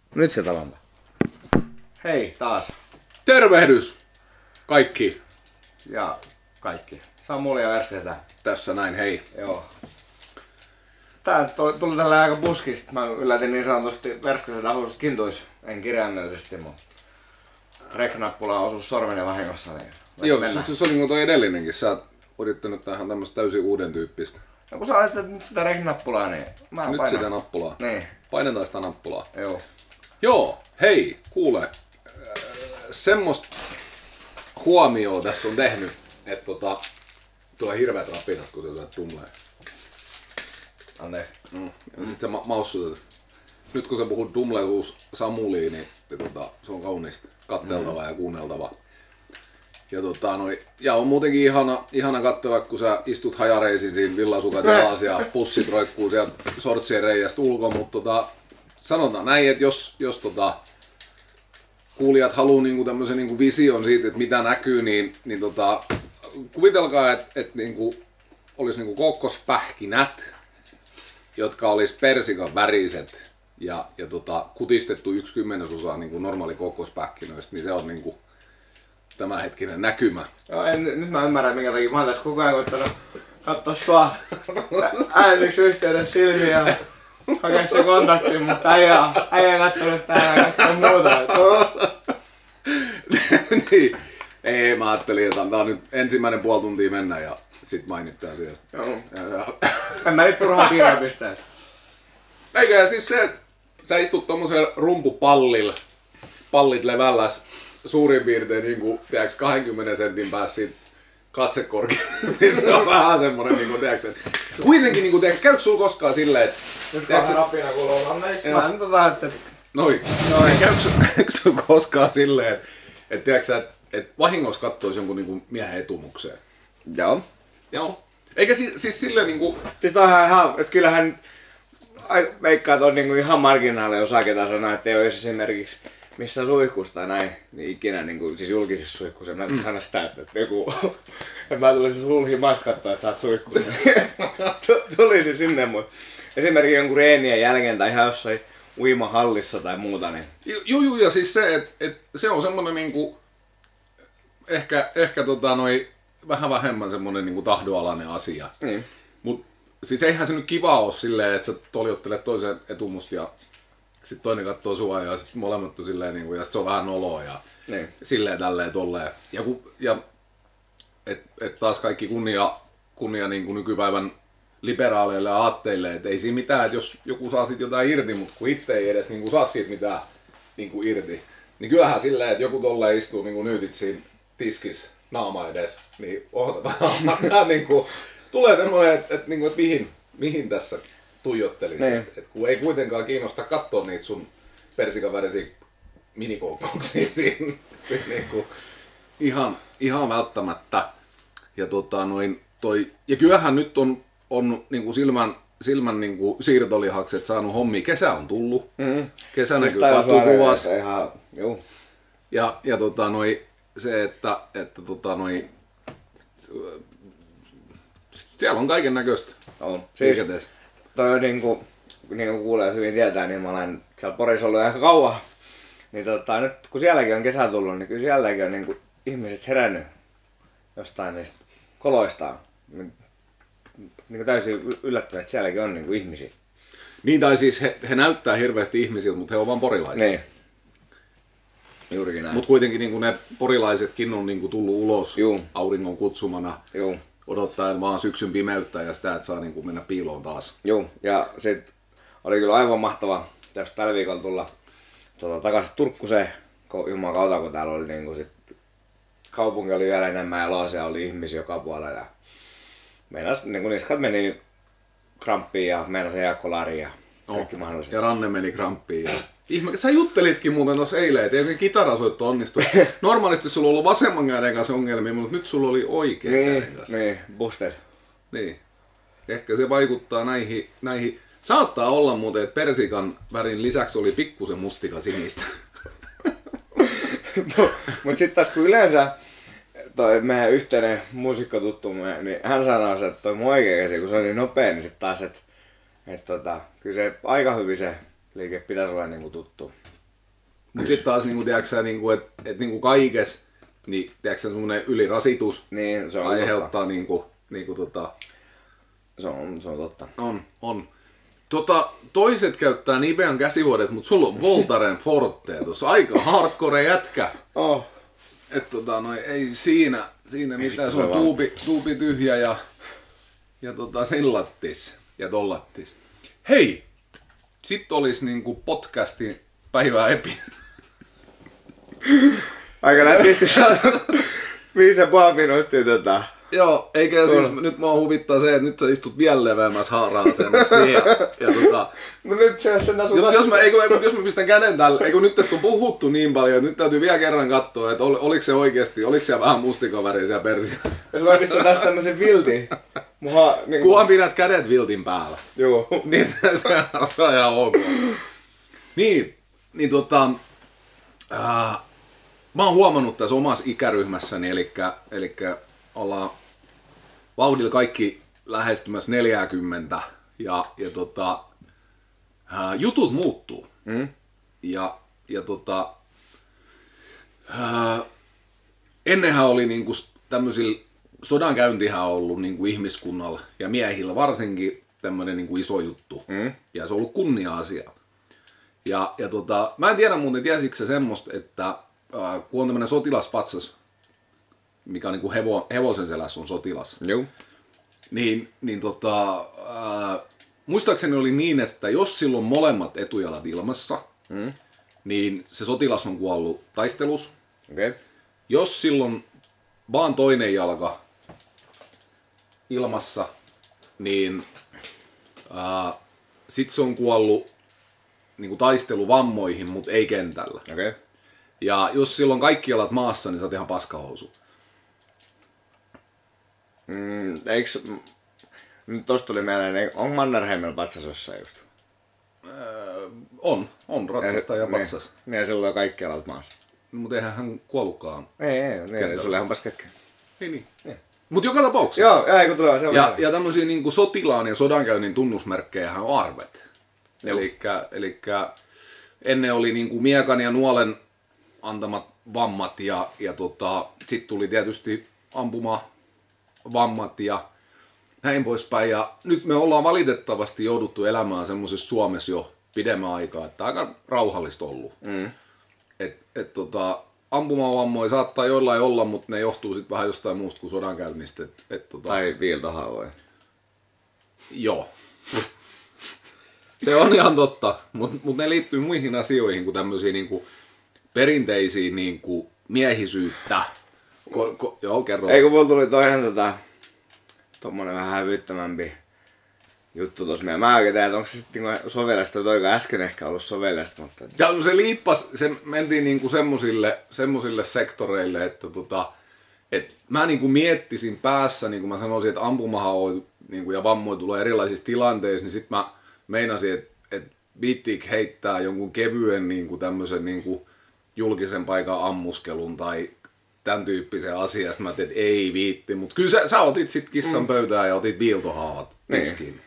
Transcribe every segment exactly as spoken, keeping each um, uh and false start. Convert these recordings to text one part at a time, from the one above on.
Nyt se talonta. Hei taas. Tervehdys kaikki. Ja kaikki. Samuli ja Värsketä. Tässä näin, hei. Joo. Tää tuli tällä aika puskista. Mä yllätin niin sanotusti Värsketä housut kintuis. En kirjaimellisesti, mutta rek-nappula osui sormeni vahingossa. Niin Joo, se, se oli niinku toi edellinenkin. Sä oot yrittänyt tähän tämmöstä täysin uuden tyyppistä. No kun sä laitat nyt sitä rek-nappulaa, niin mä Nyt painan. sitä nappulaa. Niin. Painetaan sitä nappulaa. Joo. Joo, hei, kuule. Äh, semmoista huomioon tässä on tehnyt, että tota, tulee hirveät rapinat, kun se tulee tumleen. Anteeksi. Mm. Ja sit sä ma- maussutat. Nyt kun sä puhut Dumleus Samuliin, niin, niin tota, se on kaunista katteltavaa mm. ja kuunneltavaa. Ja, tota, noi, ja on muutenkin ihana, ihana katsella, kun sä istut hajareisin siinä villasukat jalas ja pussit roikkuu sieltä sortsien reiästä ulkoa, mutta tota, sanotaan näin, että jos, jos tota, kuulijat haluaa niinku tämmöisen niinku vision siitä, että mitä näkyy, niin, niin tota, kuvitelkaa, että et niinku, olisi niinku kokkospähkinät, jotka olisi persikan väriset ja, ja tota, kutistettu yksi kymmenesosa niinku normaali kokkospähkinöistä, niin se on niinku tämänhetkinen näkymä. Joo, en, nyt mä ymmärrän minkä takia. Mä oon tässä koko ajan koittanut katsoa sua äänityksen yhteydessä silmiin ja hakea se kontakti, mutta äijä, äijä ei kattonut täällä ja katsoo muuta. Niin. Ei, mä ajattelin, että antaa nyt ensimmäinen puoli tuntia mennä ja sit mainittaa asiasta. Joo. Ja, ja. En mä nyt turhaan piirrä pistää. Eikä siis se, että sä istut tommosella rumpupallilla, pallit levälläs suurin piirtein niinku, tiedäks, kaksikymmentä sentin päässä siitä katsekorkeudesta, niin se on vähän semmonen niinku, tiedäks, että kuitenkin niinku, tiedäks, käykö sulla koskaan silleen, että Nyt vähän rapina kuuluu. Anteeksi, mä nyt otan, että... Noin. Noin. Käykö sulla, käykö sulla koskaan silleen, että et, tiedätkö, et, et vahingossa kattois jonkun niinku miehen etumukseen? Joo. Joo. Eikä siis, siis silleen niinku... Siis toi on ihan, että kyllähän veikkaa, että on niinku ihan marginaali osa, ketä sanoo, että ei ole esimerkiksi missä suihkussa tai näin, niin ikinä niinku, siis julkisessa suihkussa, mä en sano sitä, että joku, että mä tulisin sulhiin maskattua, että sä oot suihkussa. Tulisin sinne, mutta esimerkiksi jonkun reenien jälkeen tai ihan jossain uimahallissa tai muuta, niin... Joo, joo, ja siis se, että et, se on semmonen niinku, ehkä, ehkä tota noi, vähän vähemmän semmonen niinku tahdoalainen asia. Niin. Mut siis eihän se nyt kiva oo silleen, että sä toljottelet toisen etumusta ja sit toinen kattoo sua ja sit molemmat on silleen niinku, ja sit se on vähän noloa ja Niin. silleen tälleen tolleen. Ja, ku, ja et, et taas kaikki kunnia, kunnia niinku nykypäivän liberaaleille aatteille, että ei siinä mitään, että jos joku saa sit jotain irti, mutta kun itse ei edes niinku saa siitä mitään niinku irti, niin kyllähän silleen, että joku tolleen istuu niinku nyytit siinä tiskis naama edes, niin odotetaan niinku, tulee semmoinen, että et, niinku, et mihin, mihin tässä tuijottelisi. Niin. Et kun ei kuitenkaan kiinnosta katsoa niitä sun persikavärisiä minikoukkauksia siinä, siinä niinku, ihan, ihan välttämättä. Ja, tota, noin, toi, ja kyllähän nyt on, on niinku silmän, silmän niinku siirtolihakset saanut hommia. Kesä on tullut. Mm-hmm. Kesä näkyy katukuvassa. Ihan, juu. Ja, ja tota, noi, se, että, että tota, noi, siellä on kaiken näköistä. On. Siis, toi on niinku, niin kuin kuulee hyvin tietää, niin mä olen siellä Porissa ollut aika kauan. Niin tota, nyt kun sielläkin on kesä tullut, niin kyllä sielläkin on niinku ihmiset herännyt jostain niistä koloistaan. Niin täysin yllättävää, että sielläkin on niinku ihmisiä. Niin, tai siis he, he näyttää hirveästi ihmisiltä, mutta he on vaan porilaisia. Niin. Juurikin näin. Mutta kuitenkin niin ne porilaisetkin on niin tullut ulos Juu. auringon kutsumana. Juu. Odottaen vaan syksyn pimeyttä ja sitä, että saa niin mennä piiloon taas. Joo, ja sit oli kyllä aivan mahtava tästä tällä viikolla tulla tuota, takaisin Turkkuseen, kun Jumalan kautta, kun täällä oli niinku sit, kaupunki oli vielä enemmän ja laasia oli ihmisiä joka puolella. Ja meinas, niinku niskat meni kramppiin ja meinas jääkolariin ja kaikki oh, mahdolliset. Ja ranne meni kramppiin. Ja... Ihme, sä juttelitkin muuten tuossa eilen, että ei kitarasoitto onnistu. Normaalisti sulla on ollut vasemman käden kanssa ongelmia, mutta nyt sulla oli oikean niin, käden kanssa. Niin, boosted. Niin. Ehkä se vaikuttaa näihin, näihin. Saattaa olla muuten, että persikan värin lisäksi oli pikkusen mustika sinistä. no, mut sit taas kun yleensä toi meidän yhteinen muusikkotuttu, niin hän sanoi, että toi mun oikea käsi, kun se oli niin nopea, niin sit taas, että et tota, kyllä se aika hyvin se liike pitäisi olla niinku tuttu. Mut sit taas niinku, tiiäksä, niinku, et, et niinku kaikes, niin tiiäksä, semmonen ylirasitus Niin, se on aiheuttaa totta. niinku, niinku tota... Se on, se on totta. On, on. Tota, toiset käyttää Nibean käsivuodet, mut sulla on Voltaren Forte tuossa. Aika hardcore jätkä. Oh. Et tota, no ei siinä, siinä Ei mitään. vittu, Se on se vaan. tuubi, tuubi tyhjä ja, ja tota, sillattis ja tollattis. Hei! Sitten olisi niinku podcastin päivää epi. Aika nätisti saatu viisi ja puoli minuuttia tota. Joo, eikä siis, nyt mua huvittaa se, että nyt sä istut vielä leveämmässä haara-asennossa ja, ja tota, Mut nyt se sen asu jos, jos, mä, eikö, eikö, jos mä pistän käden tälle, eikö nyt tästä on puhuttu niin paljon, että nyt täytyy vielä kerran katsoa, että ol, oliko se oikeesti, oliko siellä vähän mustikavärisiä persiä. Jos mä pistän tästä tämmösen viltin. Muha, niin Kunhan pidät kädet viltin päällä. Joo. Niin se, se on ihan ok. Niin, niin tota, ää, mä oon huomannut tässä omassa ikäryhmässäni, eli, eli ollaan vauhdilla kaikki lähestymässä neljäkymmentä ja, ja tota, ää, jutut muuttuu. Mm? Ja, ja tota, ää, ennenhän oli niinku tämmöisillä, sodankäyntihän on ollut niinku ihmiskunnalla ja miehillä varsinkin tämmöinen niinku iso juttu. Mm? Ja se on ollut kunnia-asia. Ja, ja tota, mä en tiedä muuten, tiesitkö sä semmoista, että ää, kun on tämmöinen sotilaspatsas, mikä on niinku hevo, hevosen selässä on sotilas, Joo. niin, niin tota, ää, muistaakseni oli niin, että jos silloin molemmat etujalat ilmassa, Mm? niin se sotilas on kuollut taistelus. Okei. Okay. Jos silloin vaan toinen jalka ilmassa, niin ää, sit se on kuollut niin kuin taisteluvammoihin, mutta ei kentällä. Okei. Okay. Ja jos silloin kaikki jalat maassa, niin sä oot ihan paskahousu. Mm, eiks... Nyt tosta tuli mieleen, onko Mannerheimilla patsas jossain just? Öö, on, on ratsastaja patsas. Niin, niin ja silloin kaikki alat maassa. Mutta eihän hän kuollutkaan. Ei, ei, niin, Kentällä. sulle ihan pasketkin. Niin, niin. Niin. Mutta joka tapauksessa. Joo, ja kun tulee, se on Ja, hyvä. ja tämmöisiä niin sotilaan ja sodankäynnin tunnusmerkkejähän on arvet. Joo. Elikkä, elikkä ennen oli niin kuin miekan ja nuolen antamat vammat ja, ja tota, sitten tuli tietysti ampumavammat ja näin poispäin. Ja nyt me ollaan valitettavasti jouduttu elämään semmoisessa Suomessa jo pidemmän aikaa, että aika rauhallista ollut. Mm. Et, et tota, ampumavammoja saattaa jollain olla, mutta ne johtuu sitten vähän jostain muusta kuin sodankäynnistä. Et, et, tota, Tai viiltohaavoja. Joo. Se on ihan totta, mutta mut ne liittyy muihin asioihin kuin tämmöisiin niinku perinteisiin niinku miehisyyttä. Ko, ko, joo, kerro. Ei kun mulla tuli toinen tota... Tommonen vähän hävyttömämpi juttu tossa mieleen. Mä oikein tiedä, että onko se sitten niinku sovellista, toiko äsken ehkä ollut sovellista, mutta... Ja no se liippas, se mentiin niinku semmosille, semmosille sektoreille, että tota, et mä niinku miettisin päässä, niin kuin mä sanoisin, että ampumahaavoja niinku, ja vammoja tulee erilaisissa tilanteissa, niin sit mä meinasin, että et viittiinkö heittää jonkun kevyen niinku tämmösen niinku julkisen paikan ammuskelun tai tämän tyyppisen asian. Sitten mä tein, että ei viitti, mutta kyllä sä, sä otit sit kissan pöytään ja otit viiltohaavat Niin. tiskiin.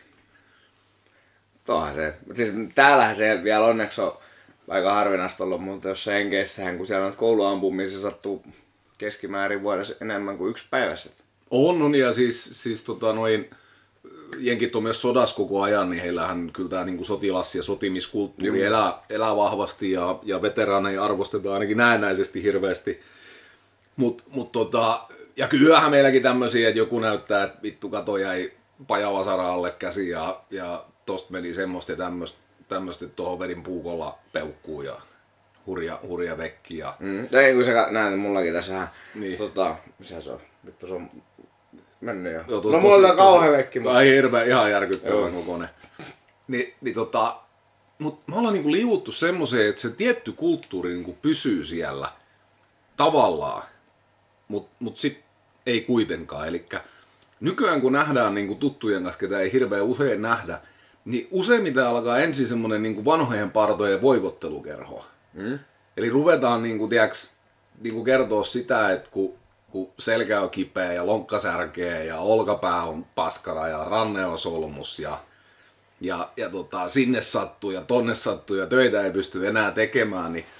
Toihan se. Siis täällähän se vielä onneksi on aika harvinaista ollut, mutta jos se henkeissähän, kun siellä on kouluampumisia, se sattuu keskimäärin vuodessa enemmän kuin yksi päivässä. On, on ja siis, siis tota noin, jenkit on myös sodassa koko ajan, niin heillähän kyllä tämä niin sotilas- ja sotimiskulttuuri Juu. elää, elää vahvasti ja, ja veteraaneja arvostetaan ainakin näennäisesti hirveästi. Mut, mut tota, ja kyllähän meilläkin tämmöisiä, että joku näyttää, että vittu kato jäi pajavasara alle käsi ja, ja tosta meni semmoista ja tämmöistä, tämmöistä että tuohon vedin puukolla peukkuu ja hurja, hurja vekki. Ja... Mm. Ei kun sä näet mullakin tässä vähän, Niin. tota, missä se on? Vittu se on mennyt jo. Joo, tos- no mulla on tosi- tää kauhea vekki. tosi- Ai hirveä, ihan järkyttävän Joo. kokoinen. Ni, niin tota, mut me ollaan niinku liuuttu semmoiseen, että se tietty kulttuuri niinku pysyy siellä tavallaan, mut, mut sit ei kuitenkaan. Elikkä nykyään kun nähdään niinku tuttujen kanssa, ketä ei hirveän usein nähdä, niin useimmiten alkaa ensin semmonen niinku vanhojen partojen voivottelukerho. Mm. Eli ruvetaan niinku, tiiäks, niinku kertoa sitä, että kun, kun selkä on kipeä ja lonkka särkee ja olkapää on paskana ja ranne on solmus ja, ja, ja tota, sinne sattuu ja tonne sattuu ja töitä ei pysty enää tekemään, niin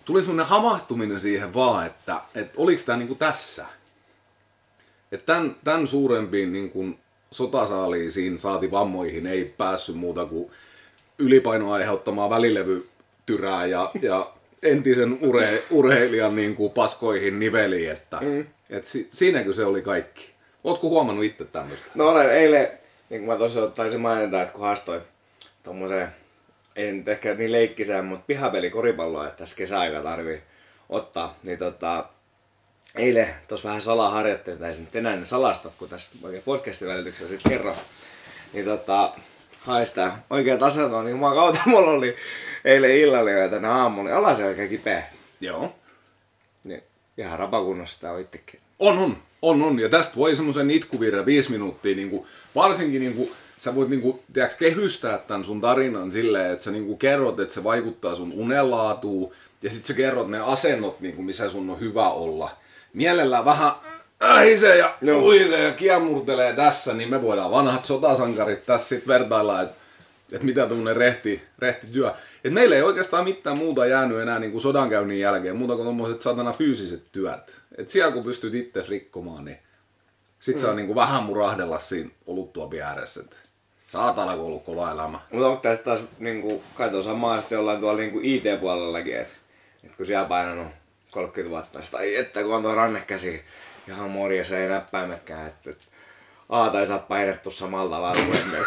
tuli semmoinen hamahtuminen siihen vaan, että, että oliko tämä niinku tässä. Että tämän, tämän suurempiin niinku sotasaaliisiin saati vammoihin ei päässyt muuta kuin ylipainoa aiheuttamaan välilevytyrää ja, ja entisen ure, urheilijan niinku paskoihin niveliin. Että, mm. et si, siinäkö se oli kaikki? Ootko huomannut itse tämmöistä? No olen eilen, niin kuin mä tosiaan taisin mainita, että kun haastoin tommoseen, ei nyt ehkä niin leikkisään, mutta pihapeli koripalloa, että tässä kesäaika tarvii ottaa, niin tota, eilen tuossa vähän salaa harjoittelin, tai ei se nyt enää salasta, kun tästä oikein podcastin välityksellä sit kerron, niin tota, haistaa oikein tasaton, niin mä kautta mulla oli eilen illalla ja tänä aamulla, niin alasen oikein kipeä. Joo. Niin ihan rapakunnossa tää on itsekin. On, on, on, on. Ja tästä voi semmoisen itkuvirran viisi minuuttia, niin kuin, varsinkin niin kuin, sä voit niin kuin, tiedätkö, kehystää tämän sun tarinan silleen, että sä niin kuin, kerrot, että se vaikuttaa sun unenlaatuun, ja sit sä kerrot ne asennot, niin kuin, missä sun on hyvä olla. Mielellään vähän ähisee ja no. uhisee ja kiemurtelee tässä, niin me voidaan vanhat sotasankarit tässä sit vertailla, että et mitä tuommoinen rehti, rehti työ. Et meillä ei oikeastaan mitään muuta jäänyt enää niin kuin sodankäynnin jälkeen, muuta kuin tommoset satana fyysiset työt. Et siellä kun pystyt itse rikkomaan, niin sit mm. saa niin kuin vähän murahdella siinä oluttuopin ääressä. Saatana kun ollut kova elämä. Mutta onko tässä taas niinku, kai tuossa samaa sitten jollain tuolla niinku I T-puolellakin, että et kun siellä painanut kolmekymmentä vuotta, niin ai että kun on tuo rannekäsi ihan morjassa ei näppäimetkään, että et, aata ei saa painettu samalla tavalla kuin ennen.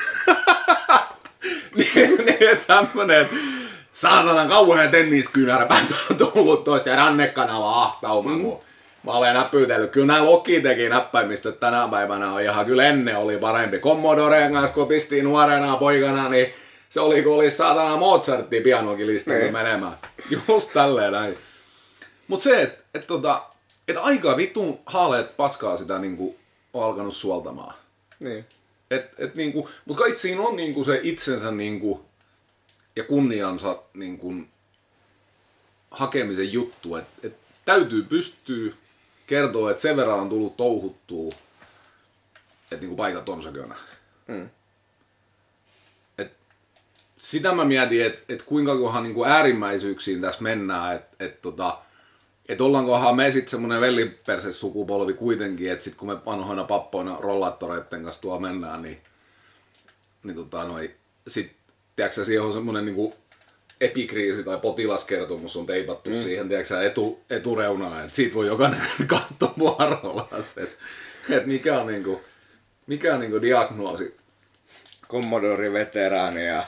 niin, niin tämmönen saatanan kauhean tenniskynärpät on tullut toista ja rannekanava ahtauma, mm. kun mä olen näppyytellyt. Kyllä nää Logitechin näppäimistä tänä päivänä on ihan, kyllä ennen oli parempi. Commodoreen kanssa, kun pistiin nuorena poikana, niin se oli kun olisi saatana Mozartin pianokin listalla menemään. Just tälleen näin. Mut se, että et, tota, et aika vitun haaleet paskaa sitä niinku on alkanut suoltamaan. Niin. Et, et niinku, mut kai siinä on niinku se itsensä niinku, ja kunniansa niinku, hakemisen juttu. Et, et täytyy pystyä kertoa, että sen verran on tullut touhuttua, että niinku paikat on sökönä. Mm. Et sitä mä mietin, että et kuinka kohan niinku äärimmäisyyksiin tässä mennään, että et tota, et ollaankohan me sit semmonen velliperse-sukupolvi kuitenkin, että sit kun me vanhoina pappoina rollattoreitten kanssa tuolla mennään, niin, niin tota noi, sit tiiäksä, siihen on semmonen niinku epikriisi tai potilaskertomus on teipattu mm. siihen, tiiäksä, etu, etureunaan, että siitä voi jokainen katsoa vuorollaan, että et mikä on niinku, mikä on niinku diagnoosi. Commodore-veteraani ja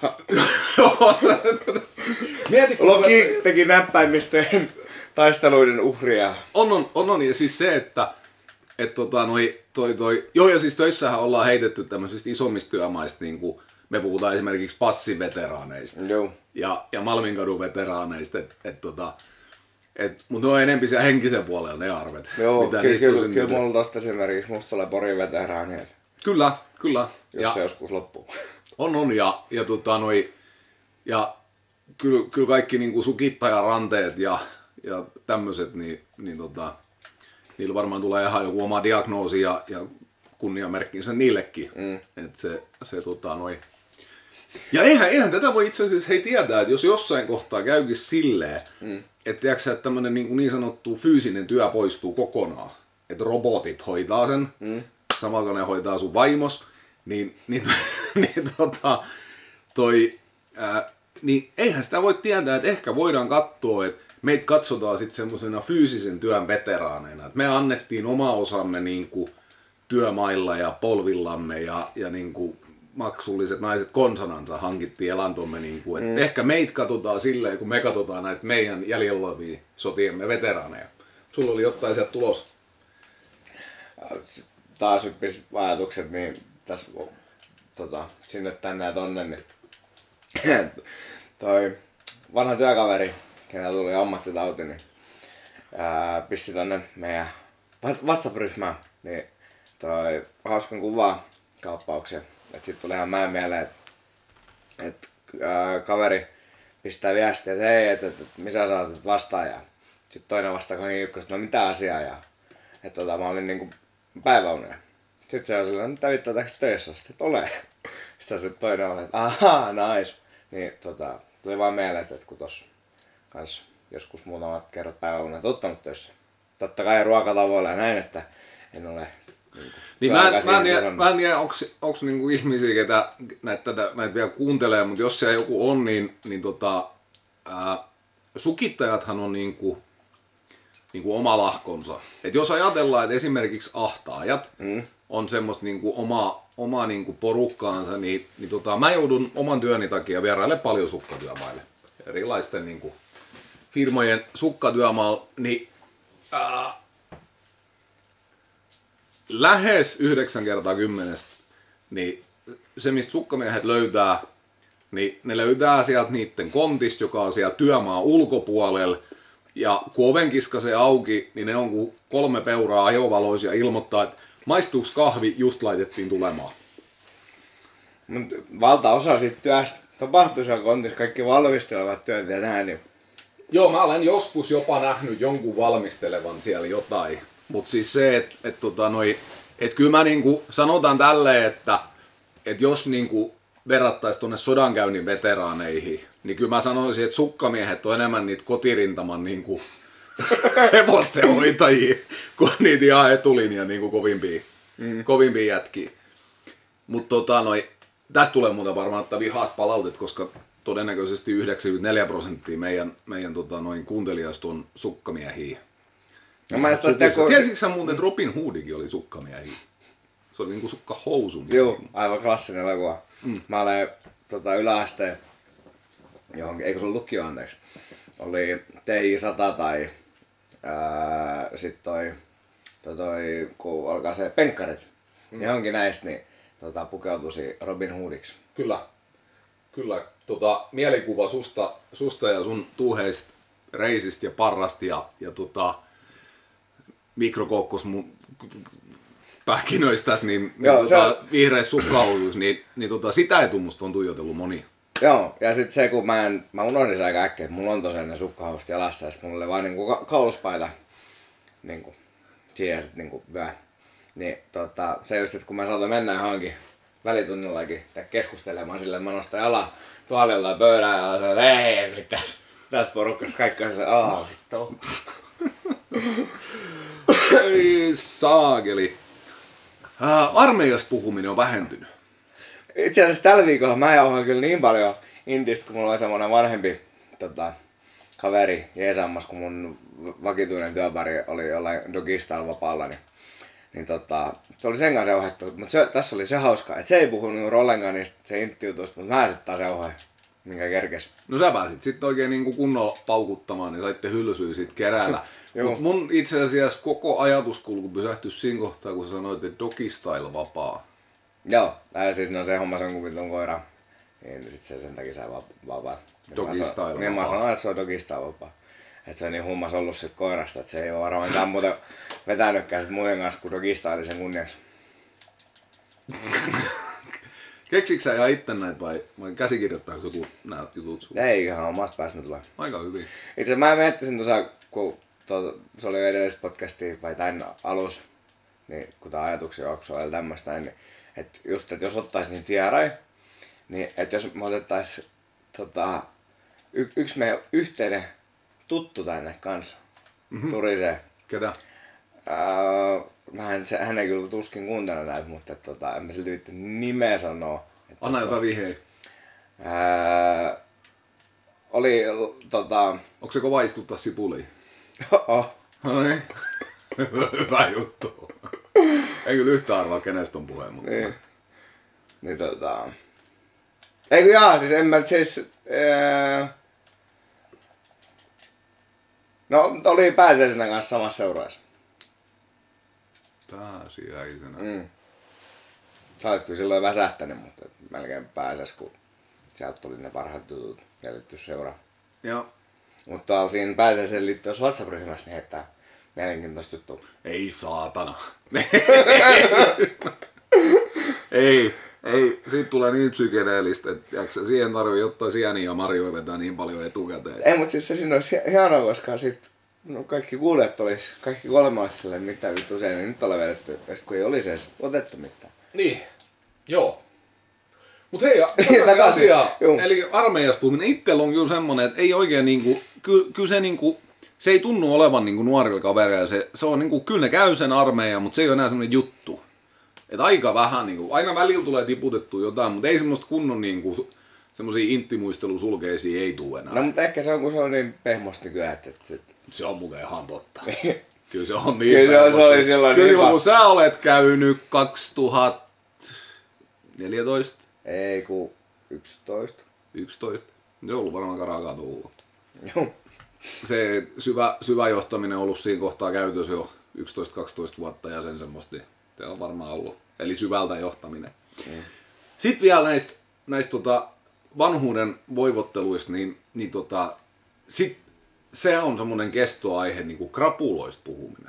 Mieti, Logi teki näppäimistöjen taisteluiden uhria. On, on, on, on, ja siis se, että et tota, noi, toi, toi, joo, ja siis töissähän ollaan heitetty tämmöisistä isommista työmaista, niin kuin me puhutaan esimerkiksi passiveteraaneista joo. ja, ja Malminkadun veteraaneista, et, et, tota, et, mutta ne on enemmän siellä henkisen puolella ne arvet. Joo, mitä kyllä, kyllä, kyllä mulla on tosta esimerkiksi Mustalle Porin veteraani. Kyllä, kyllä. Jos ja, se joskus loppuu. On, on, ja, ja, tota, noi, ja kyllä, kyllä kaikki niin kuin sukittajaranteet ja ja tämmöiset, niin, niin tota, niillä varmaan tulee ihan joku oma diagnoosi ja, ja kunniamerkkinsä niillekin. Mm. Et se, se, tota, noi. Ja eihän, eihän tätä voi itse asiassa hei tietää, että jos jossain kohtaa käykin silleen, mm. että tiiäksä, että tämmöinen niin, niin sanottu fyysinen työ poistuu kokonaan, että robotit hoitaa sen, mm. samalla kun ne hoitaa sun vaimos, niin, niin, niin, tota, toi, ää, niin eihän sitä voi tietää, että ehkä voidaan katsoa, että meitä katsotaan sitten semmoisena fyysisen työn veteraaneina. Et me annettiin oma osamme niinku työmailla ja polvillamme ja, ja niinku maksulliset naiset konsonansa hankittiin elantomme. Niinku. Et mm. Ehkä meitä katsotaan silleen, kun me katsotaan näitä meidän jäljellä olevia sotiemme veteraaneja. Sulla oli jotain sieltä tulos. Taas yppiset ajatukset, niin tässä tota, sinne tänne ja tonne. Niin toi vanha työkaveri, kenellä tuli ammattitauti, niin ää, pisti tonne meidän WhatsApp-ryhmään niin toi hauskan kuvaa kauppauksia. Et sit tuli ihan mä mieleen, että et, ää, kaveri pistää viestiä, että hei, että et, et, missä sä oot vastaan. Ja sit toinen vastaa kaiken ykköstä, no mitä asiaa. Ja, et, tota, mä olin niinku päiväuneen. Sit se on silleen, mitä vittua täks töissä? Sitten et ole. Sitten se toinen oli, että ahaa, nice. Niin tota, tuli vaan mieleen, että kun tossa kans joskus muutamat kerrat päiväunet ottanut töissä. Totta kai ruokatavoilla ja näin, että en ole... Niin, niin mä, en, mä, en tiedä, mä en tiedä, onko niinku ihmisiä, ketä näitä, tätä, näitä vielä kuuntelee, mutta jos siellä joku on, niin, niin tota, ää, sukittajathan on niinku, niinku oma lahkonsa. Et jos ajatellaan, että esimerkiksi ahtaajat mm. on semmoista niinku oma, oma niinku porukkaansa, niin, niin tota, mä joudun oman työni takia vieraille paljon sukkatyömaille. Erilaisten niinku firmojen sukkatyömaalla, niin ää, lähes yhdeksän kertaa kymmenestä, niin se mistä sukkamiehet löytää, niin ne löytää sieltä niitten kontista, joka on siellä työmaan ulkopuolella. Ja kun oven kiskasee auki, niin ne on kuin kolme peuraa ajovaloisia ilmoittaa, että maistuuko kahvi, just laitettiin tulemaan. Mut valtaosa siitä työstä tapahtuu siellä kontissa, kaikki valmistelevat työt ja näin. Niin... Joo, mä olen joskus jopa nähnyt jonkun valmistelevan siellä jotain. Mutta siis se, että et, tota, et kyllä mä niinku, sanotaan tälleen, että et jos niinku verrattaisiin tuonne sodankäynnin veteraaneihin, niin kyllä mä sanoisin, että sukkamiehet on enemmän niitä kotirintaman niinku, hevosten hoitajia kuin niitä ihan etulinjan niinku, kovimpia, mm. kovimpia jätkiä. Mutta tota, tästä tulee muuta varmaan että vihaasta palautet, koska todennäköisesti yhdeksänkymmentäneljä prosenttia meidän, meidän tota, noin kuuntelijoista on sukkamiehiä. No, mä sitä teko... Tiesitkö sä muuten, että Robin Hoodikin oli sukkamiehiä? Se oli niinku sukkahousun. Joo, aivan klassinen elokuva. Mm. Mä olen tota, yläasteen, johonkin, eikö se ollut lukio anteeksi, oli T I sata tai ää, sit toi, toi, toi, kun alkaa se penkkarit, mm. johonkin näistä, niin tota, pukeutuisi Robin Hoodiksi. Kyllä, kyllä. Tota, mielikuva susta, susta ja sun tuuheista reisistä ja parrasta ja, ja tota, mikrokookkos mun pähkinöistä, niin, niin Joo, tota, on... vihreissä sukkahousuissa, niin, niin tota, sitä ei musta on tuijotellut moni. Joo, ja sit se kun mä en, mä unohdin sen aika äkkiä, että mulla on tosiaan ne sukkahousut jalassa, ja sit mulla oli vaan niinku ka- kauluspaita niinku siihen sit niinku vyö. Niin tota, se just, että kun mä saatoin mennä johonkin välitunnillakin keskustelemaan silleen, että mä nostan jalan tuolilta pöydään ja sanoin, että ei, tässä, tässä porukassa kaikki on silleen, aah vittu. Ei saakeli. Äh, armeijasta puhuminen on vähentynyt. Itse asiassa tällä viikolla mä jauhoin kyllä niin paljon intistä, kun mulla oli semmonen vanhempi tota, kaveri jeesaamassa, kun mun vakituinen työpari oli jollain dogistalla vapaalla, niin, niin tota, se oli sen kanssa jauhettu. Mutta se, tässä oli se hauska, että se ei puhunut juuri ollenkaan niistä se intti-jutusta, mutta mä sitten taas jauhoin, minkä kerkes. No sä pääsit sitten oikein niinku kunnolla paukuttamaan, niin saitte hylsyä sit keräällä. Mut mun itse asiassa koko ajatuskulku pysähtyi siinä kohtaa, kun sä sanoit, että dogistyle vapaa. Joo, tai siis no se homma se on kun vitun koira, niin sit se sen takia sai vapaa. Dogistyle vapaa. Niin mä sanoin, että se on dogistyle vapaa. Että se on niin hummas ollut sit koirasta, että se ei ole varmaan mitään muuta vetänytkään sit muiden kanssa kuin dogistyle sen kunniaksi. Keksitkö sä ihan itse näitä vai, vai käsikirjoittaako joku nää jutut sun? Ei, ihan omasta päästä tulee. Aika hyvin. Itse asiassa mä miettisin tuossa, kun tuo, se oli edellisessä podcastia vai tän alus, niin kun tää ajatuksia juoksua ja tämmöstä näin, niin että just, että jos ottaisin niitä vieraita, niin että jos me otettais tota, y- yksi meidän yhteinen tuttu tänne kanssa, mm-hmm. Turisee. Ketä? Öö, mä en, se, hän ei kyllä tuskin kuuntele näitä, mutta et, tota, en mä silti viitti nimeä sanoa. Et, Anna jotain vihjeitä. Öö, oli tota... Onko se kova istuttaa sipuliin? Oh. No niin. Hyvä juttu. Ei kyllä yhtään arvaa kenestä on puhe, mutta... Niin. Niin tota... Eikö jaa, siis en mä siis... Öö... No, oli pääsiäisenä kanssa samassa seuraessa. Pääsiäisenä? Mm. Se olisi kyllä silloin väsähtänyt, mutta melkein pääsäs, kun sieltä tuli ne parhaat jutut jäljitty seuraa. Joo. Mutta siinä pääsiäisen liittyvässä WhatsApp-ryhmässä niin heittää mielenkiintoista juttua. Ei saatana. ei, ei. Siitä tulee niin psykedeellistä, että jaksa, siihen tarvii ottaa sieniä ja marjoja vetää niin paljon etukäteen. Ei, mutta siis se siinä olisi hienoa, koska sit no kaikki kuulijat olis, kaikki kolme olisi silleen, mitä vittu se ei nyt ole vedetty, ja sit kun ei olisi edes otettu mitään. Niin, joo. Mut hei, takaisin asiaa. Eli armeijassa puhuminen itsellä on kyllä semmonen, että ei oikein niinku, kyllä, kyllä se niinku, se ei tunnu olevan niinku nuorilla kavereilla. Se, se on niinku, kyllä ne käy sen armeijan, mutta se ei ole enää semmoinen juttu. Et aika vähän, niinku, aina välillä tulee tiputettua jotain, mutta ei semmoista kunnon niinku, semmoisia inttimuistelusulkeisia ei tule enää. No mutta ehkä se on, kun se on niin pehmosta nykyään, että... Sit... Se on muuten ihan totta. Kyllä se on niin. Kyllä se, on, se oli silloin Kyllä niin silloin, va- kun sä olet käynyt kaksituhattaneljätoista. Ei kun yksitoista. yksitoista. Se on ollut varmaan karakaa tullut. Joo. Se syvä, syvä johtaminen on ollut siinä kohtaa käytössä jo yksitoista kaksitoista vuotta ja sen semmoista. Se on varmaan ollut. Eli syvältä johtaminen. Mm. Sitten vielä näistä, näistä tota vanhuuden voivotteluista, niin, niin tota, sit se on semmoinen kestoaihe, niin kuin krapuloista puhuminen.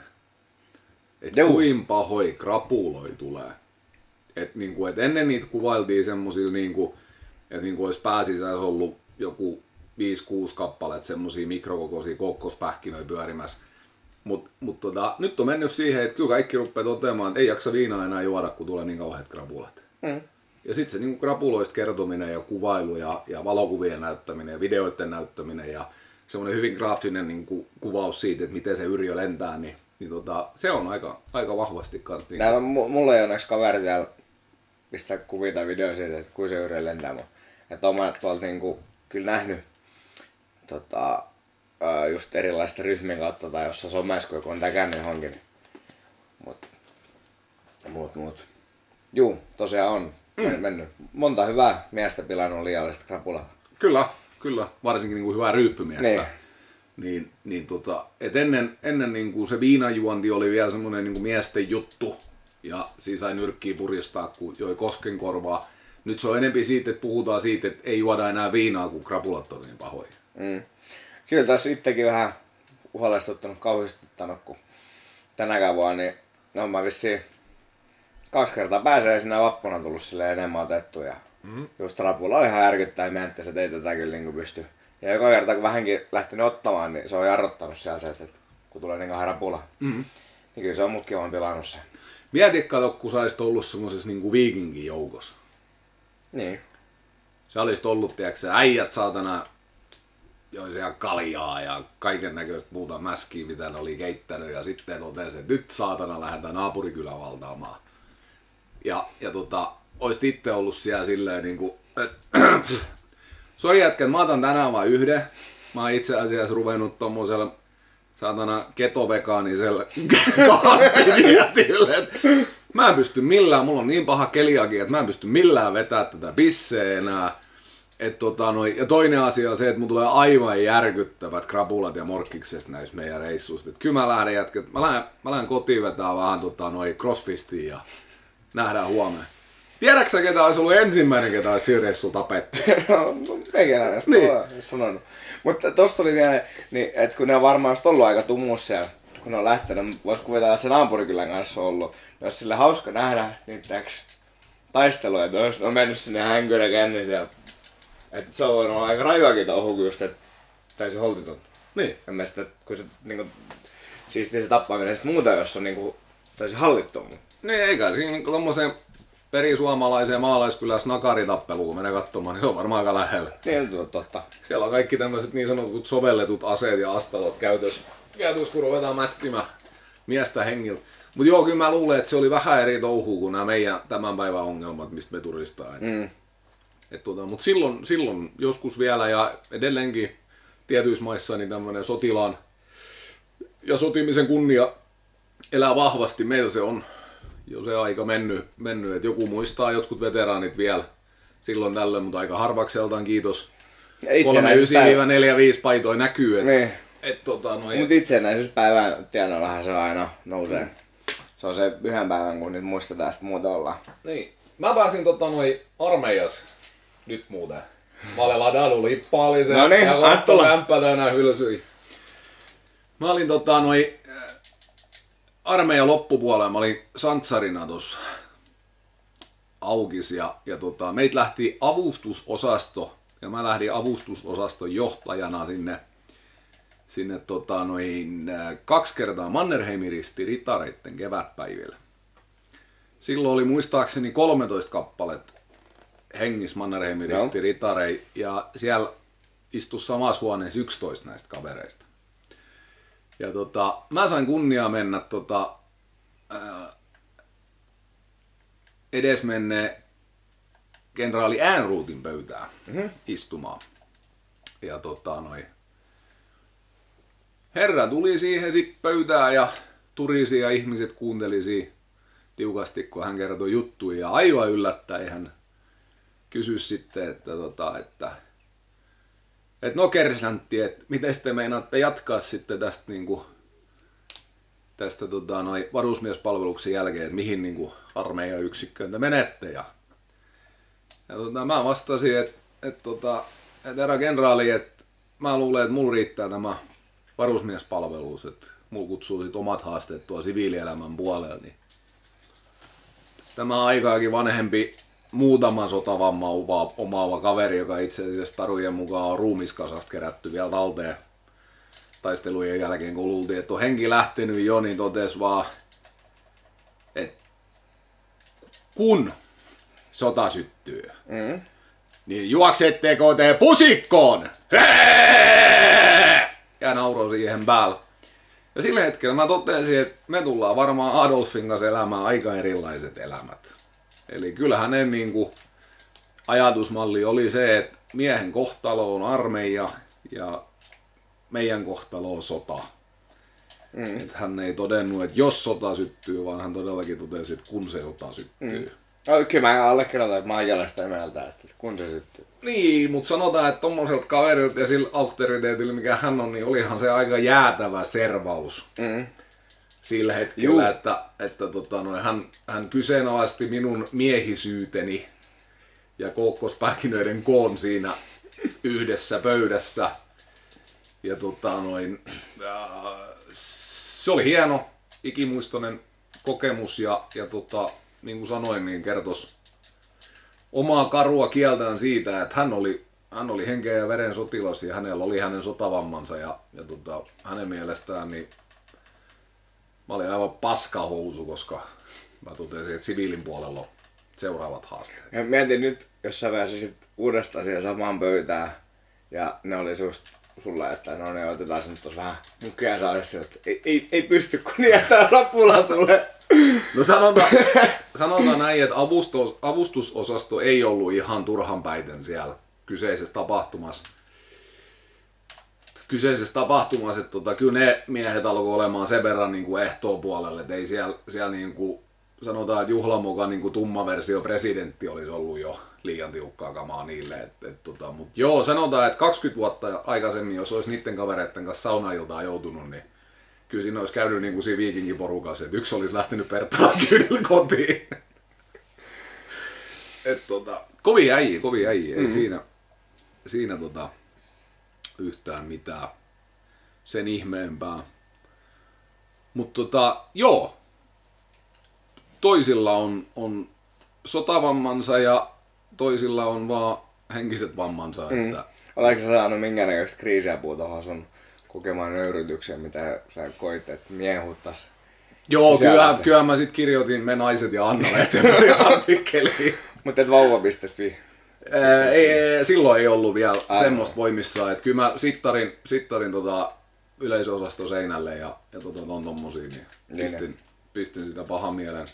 Että kuinka pahoi krapuloi tulee. Et, niin kuin, et ennen niitä kuvailtiin semmoisilla, niin kuin, että niin kuin olisi pääsisässä ollut joku viisi kuusi kappaleet semmosia mikrokokoisia kokkospähkinöitä pyörimässä. Mutta mut tota, nyt on mennyt siihen, että kyllä kaikki rupeaa toteamaan, että ei jaksa viinaa enää juoda, kun tulee niin kauheat krapulat. Mm. Ja sitten se niin krapuloista kertominen ja kuvailu ja, ja valokuvien näyttäminen ja videoiden näyttäminen ja semmoinen hyvin graafinen niin kuin, kuvaus siitä, että miten se Yrjö lentää, niin, niin tota, se on aika, aika vahvasti kanssa. Niin... Täällä on, mulla ei onneksi kaveri täällä pistää kuvia tai videoja siitä, että kuinka se Yrjö lentää. Että olen tuolta niin kuin, kyllä nähnyt tota, just erilaisten ryhmien kautta tai jossain somessa, kun on täkännyt johonkin. Mut, mut, mut. Juu, tosiaan on mm. mennyt. Monta hyvää miestä pilannut liiallista krapulaa. Kyllä, kyllä. Varsinkin niin kuin hyvää ryyppymiestä. Niin. Niin, niin tota, et ennen, ennen niin kuin se viinajuonti oli vielä semmoinen niin kuin miesten juttu. Ja siinä sai nyrkkiä purjistaa, kun joi koskenkorvaa. Nyt se on enempi siitä, että puhutaan siitä, että ei juoda enää viinaa, kun krapulat on niin pahoja. Mm. Kyllä tässä itsekin vähän huolestuttanut, kauhistuttanut, kun tänäkään vuonna niin no mä vissiin kaksi kertaa pääsee sinä vappuna tullut silleen enemmän otettu ja mm-hmm. just rapulla oli ihan järkyttäen miettiä, että ei tätä kyllä niin pysty. Ja joka kerta kun vähänkin lähtenyt ottamaan, niin se on jarruttanut siellä se, että kun tulee niin kahden rapula, mm-hmm. niin kyllä se on mutkin vaan pilannut se. Mieti kato, kun sä olisit ollut semmosessa niin kuin viikingin joukossa. Niin. Sä olisit ollut, tiedätkö, äijät saatana joi siellä kaljaa ja kaiken näköistä muuta mäskiä, mitä ne oli keittänyt. Ja sitten totesi, että nyt saatana lähdetään naapurikylän valtaamaan. Ja, ja tota, oisit itse ollut siellä silleen niinku, että sori jätkät, mä otan tänään vaan yhden. Mä oon itse asiassa ruvennut tommosella saatana ketovegaanisella kahvidietille, että mä en pysty millään, mulla on niin paha keliakin, että mä en pysty millään vetää tätä pisseä enää. Et tota, noi, ja toinen asia on se, että mun tulee aivan järkyttävät krapulat ja morkkiksesta näistä meidän reissuista. Et kyllä mä lähden jätkät, mä lähden, mä lähden kotiin vetää vähän tota, noi crossfistiin ja nähdään huomenna. Tiedätkö sä, ketä olisi ollut ensimmäinen, ketä olisi siinä reissulla tapettu? No, meikäläinen jos niin. sanonut. Mutta tosta tuli vielä, niin, että kun ne on varmaan just ollut aika tummus siellä, kun ne on lähtenyt, vois kuvitella, että se naapurikylän kanssa on ollut. Ne olisi sille hauska nähdä niitäks taisteluja, että olisi on mennyt sinne hänkyrä känni siellä. Että se on voinut olla aika rajuakin touhu, kun just, että täysin holtiton. Niin. Ja mielestä, että kun se niinku, siistiä se tappaminen sit muuta, jos on niinku täysin hallittu. Niin, eikä siinä niinku tommoseen perisuomalaiseen maalaiskylässä nakaritappeluun, kun menee katsomaan, niin se on varmaan aika lähellä. Niin, on totta. Siellä on kaikki tämmöiset niin sanotut sovelletut aseet ja astalot käytössä, käytössä kun ruvetaan mätkimään miestä hengiltä. Mutta joo, kyllä mä luulen, että se oli vähän eri touhua kuin nämä meidän tämän päivän ongelmat, mistä me turistaa. Mm. Tuota, mutta silloin, silloin joskus vielä ja edelleenkin tietyissä maissa niin tämmöinen sotilaan ja sotimisen kunnia elää vahvasti. Meillä se on jo se aika mennyt, mennyt. että joku muistaa jotkut veteraanit vielä silloin tällöin, mutta aika harvakseltaan kiitos. kolme yhdeksän neljä viisi paitoja näkyy. Et, niin. et, tota, noi... Mutta itsenäisyyspäivän tienollahan se aina nousee. Mm. Se on se yhden päivän, kun nyt muistetaan, että muuta ollaan. Niin. Mä pääsin tota, noi armeijas nyt muuten. Mä olen ladannut lippaalisen no niin, ja kohta lämpötänä hylsyi. Mä olin tota, noi, armeijan loppupuolella, mä olin Santsarina tuossa aukis ja, ja tota, meitä lähti avustusosasto ja mä lähdin avustusosaston johtajana sinne, sinne tota, noin, kaksi kertaa Mannerheimin risti ritareitten kevätpäivillä. Silloin oli muistaakseni kolmetoista kappaletta hengis Mannerheimin risti ritarei ja siellä istui samassa huoneessa yksitoista näistä kavereista. Ja tota, mä sain kunniaa mennä tota, ää, edesmenneen kenraali Ehrnroothin pöytään mm-hmm. istumaan. Ja tota noin. Herra tuli siihen sit pöytään ja turisi ja ihmiset kuuntelisi tiukasti, kun hän kertoi juttuja. Ja aivan yllättäen hän kysyi sitten, että, tota, että, että no kersantti, että miten te meinaatte jatkaa sitten tästä, niin kuin, tästä tota, noin varusmiespalveluksen jälkeen, että mihin niin kuin, armeijan yksikköön te menette. Ja, ja tota, mä vastasin, että, että, että, että herra kenraali, että mä luulen, että mulla riittää tämä varusmiespalvelus, että mulla kutsuu sit omat haasteet tuo siviilielämän puolella. Niin tämä aikaakin vanhempi muutaman sotavamman omaava kaveri, joka itse asiassa tarujen mukaan on ruumiskasasta kerätty vielä talteen taistelujen jälkeen, kun luultiin, että on henki lähtenyt jo, niin totesi vaan, että kun sota syttyy, mm. niin juoksetteko te pusikkoon? Ja nauroi siihen päällä. Ja sillä hetkellä mä totesin, että me tullaan varmaan Adolfin kanssa elämään aika erilaiset elämät. Eli kyllä hänen niin kuin, ajatusmalli oli se, että miehen kohtalo on armeija ja meidän kohtalo on sota. Mm. Että hän ei todennut, että jos sota syttyy, vaan hän todellakin totesi, että kun se sota syttyy. Mm. No, kyllä mä allekirjoitan, että mä oon jäljestä mieltä, että kun se syttyy. Niin, mutta sanotaan, että tommoselta kaverilta ja sillä auktoriteetilla, mikä hän on, niin olihan se aika jäätävä servaus. Mm. Sillä hetkellä, Juh. että, että tota, no, hän, hän kyseenalaisti minun miehisyyteni ja kookkospähkinöiden koon siinä yhdessä pöydässä. Ja tota, noin, äh, se oli hieno, ikimuistoinen kokemus ja, ja tota, niin kuin sanoin, niin kertos omaa karua kieltään siitä, että hän oli, hän oli henkeä ja veren sotilas ja hänellä oli hänen sotavammansa ja, ja tota, hänen mielestään niin mä olin aivan paskahousu, koska mä totesin, että siviilin puolella on seuraavat haasteet. Ja mietin nyt, jos sä pääsisit uudestaan siihen samaan pöytään ja ne oli just sulla, että no ne otetaan se nyt tossa vähän mukia saadessa, että ei, ei, ei pysty, kun niitä rapula tulee. No sanotaan, sanotaan näin, että avustus, avustusosasto ei ollut ihan turhanpäiten siellä kyseisessä tapahtumassa. Kyseisessä tapahtumassa, että tota, kyllä ne miehet alkoi olemaan sen verran niin kuin ehtoon puolelle, että ei siellä, siellä niin kuin, sanotaan, että juhlamokan niin kuin tumma versio presidentti olisi ollut jo liian tiukkaa kamaa niille. Et, et, tota, mut joo, sanotaan, että kaksikymmentä vuotta aikaisemmin, jos olisi niiden kavereiden kanssa saunailtaan joutunut, niin kyllä siinä olisi käynyt niin kuin siinä viikinkiporukassa, että yksi olisi lähtenyt Perttalan kyydellä kotiin. Et, tota, kovin äijä, kovin äijä. Mm-hmm. Ei siinä, siinä tota, yhtään mitään sen ihmeempää. Mutta tota, joo, toisilla on, on sotavammansa ja toisilla on vaan henkiset vammansa. Mm. Että oletko sä saanut minkäännäköistä kriisiapua tuohon sun kokemaan nöyrytykseen, mitä sä koit, että miehuttas? Joo, kyllä, kyllä mä sit kirjoitin Me naiset ja Anna-lehteen artikkeliin. Mutta et vauva piste fi. Ää, ei, silloin ei ollut vielä Aivan. semmoista voimissaan, että kyllä mä sittarin, sittarin tota yleisöosasto seinälle ja, ja tota ton tommosia, niin pistin, niin. pistin sitä pahan mielen,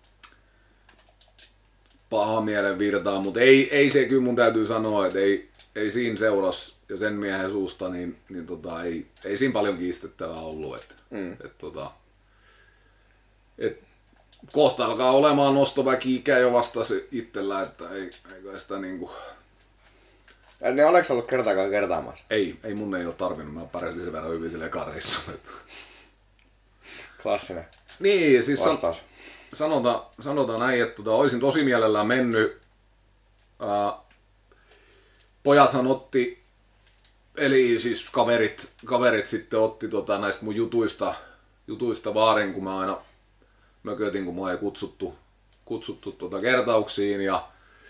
pahan mielen virtaa, mutta ei, ei se kyllä mun täytyy sanoa, että ei, ei siinä seuras ja sen miehen suusta, niin, niin tota, ei, ei siinä paljon kiistettävää ollut, että mm. et, tota, et, kohta alkaa olemaan nostoväki-ikä jo vastasi itsellä, että ei, ei sitä niinku. Ne oleks ollut kertaakaan kertaamassa? Ei, ei mun ei oo tarvinnut, mä pärjäsin sen verran hyvin sille kareissa. Klassinen niin, siis vastaus. San, sanotaan, sanotaan näin, että tota, olisin tosi mielellään mennyt. Ää, pojathan otti, eli siis kaverit, kaverit sitten otti tota, näistä mun jutuista, jutuista vaarin, kun mä aina mökötin, kun mua ei kutsuttu, kutsuttu tuota kertauksiin. Ja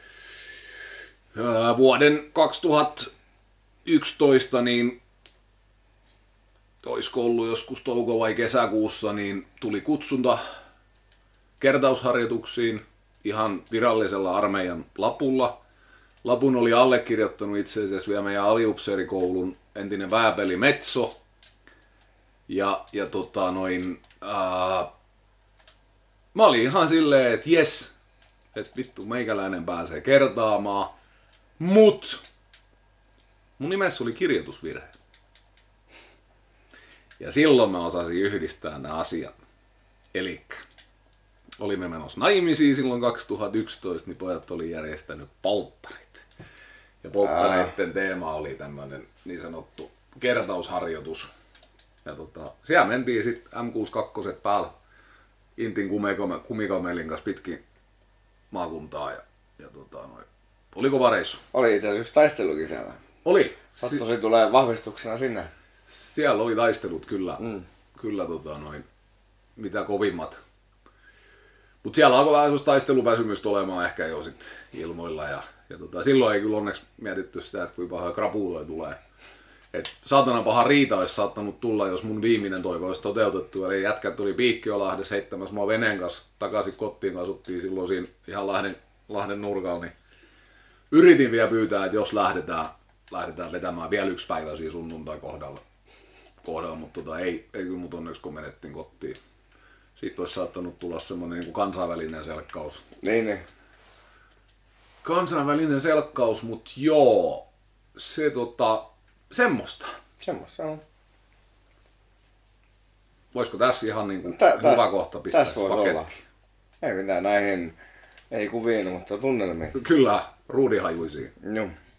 ää, vuoden kaksituhattayksitoista, niin olisiko ollut joskus touko- vai kesäkuussa, niin tuli kutsunta kertausharjoituksiin ihan virallisella armeijan lapulla. lapun oli allekirjoittanut itse asiassa vielä meidän aliupseerikoulun entinen vääpeli Metso. Ja, ja tota noin, ää, mä olin ihan silleen, että jes, että vittu meikäläinen pääsee kertaamaan, mut mun nimessä oli kirjoitusvirhe. Ja silloin mä osasin yhdistää nämä asiat. Elikkä olimme menossa naimisiin silloin kaksituhattayksitoista, niin pojat oli järjestänyt polttarit. Ja polttareiden teema oli tämmönen niin sanottu kertausharjoitus. Ja tota, siellä mentiin sitten M kuusikymmentäkaksi päällä Intin kumikamelin kanssa pitkin maakuntaa. Ja, ja tota, noin. Oli kova reissu. Oli itse asiassa yksi taistelukin siellä. Oli. Sattuisi tulee vahvistuksena sinne. Siellä oli taistelut kyllä, Mm. kyllä tota, noin, mitä kovimmat. Mutta siellä alkoi vähän sellaista taisteluväsymystä olemaan ehkä jo sit ilmoilla. Ja, ja tota, silloin ei kyllä onneksi mietitty sitä, että kuinka pahoja krapuuloja tulee. Et saatana paha riita olisi saattanut tulla, jos mun viimeinen toivo olisi toteutettu. Eli jätkät tuli Piikkiolahdessa heittämässä mua veneen kanssa takaisin kotiin, kun asuttiin silloin siinä ihan Lahden, Lahden nurkalla. Niin yritin vielä pyytää, että jos lähdetään, lähdetään vetämään vielä yksi päivä siinä sunnuntai kohdalla. kohdalla mutta tota, ei, ei kyllä mut onneksi kun menettiin kotiin. Siitä olisi saattanut tulla semmoinen niin kuin kansainvälinen selkkaus. Niin, niin. Kansainvälinen selkkaus, mutta joo, se tota, semmoista. Semmoista on. Voisiko tässä ihan niin kuin Tä, hyvä täs, kohta pistää tässä voisi olla. Ei mitään näihin, ei kuviin, mutta tunnelmiin. Kyllä, ruudihajuisiin. Joo.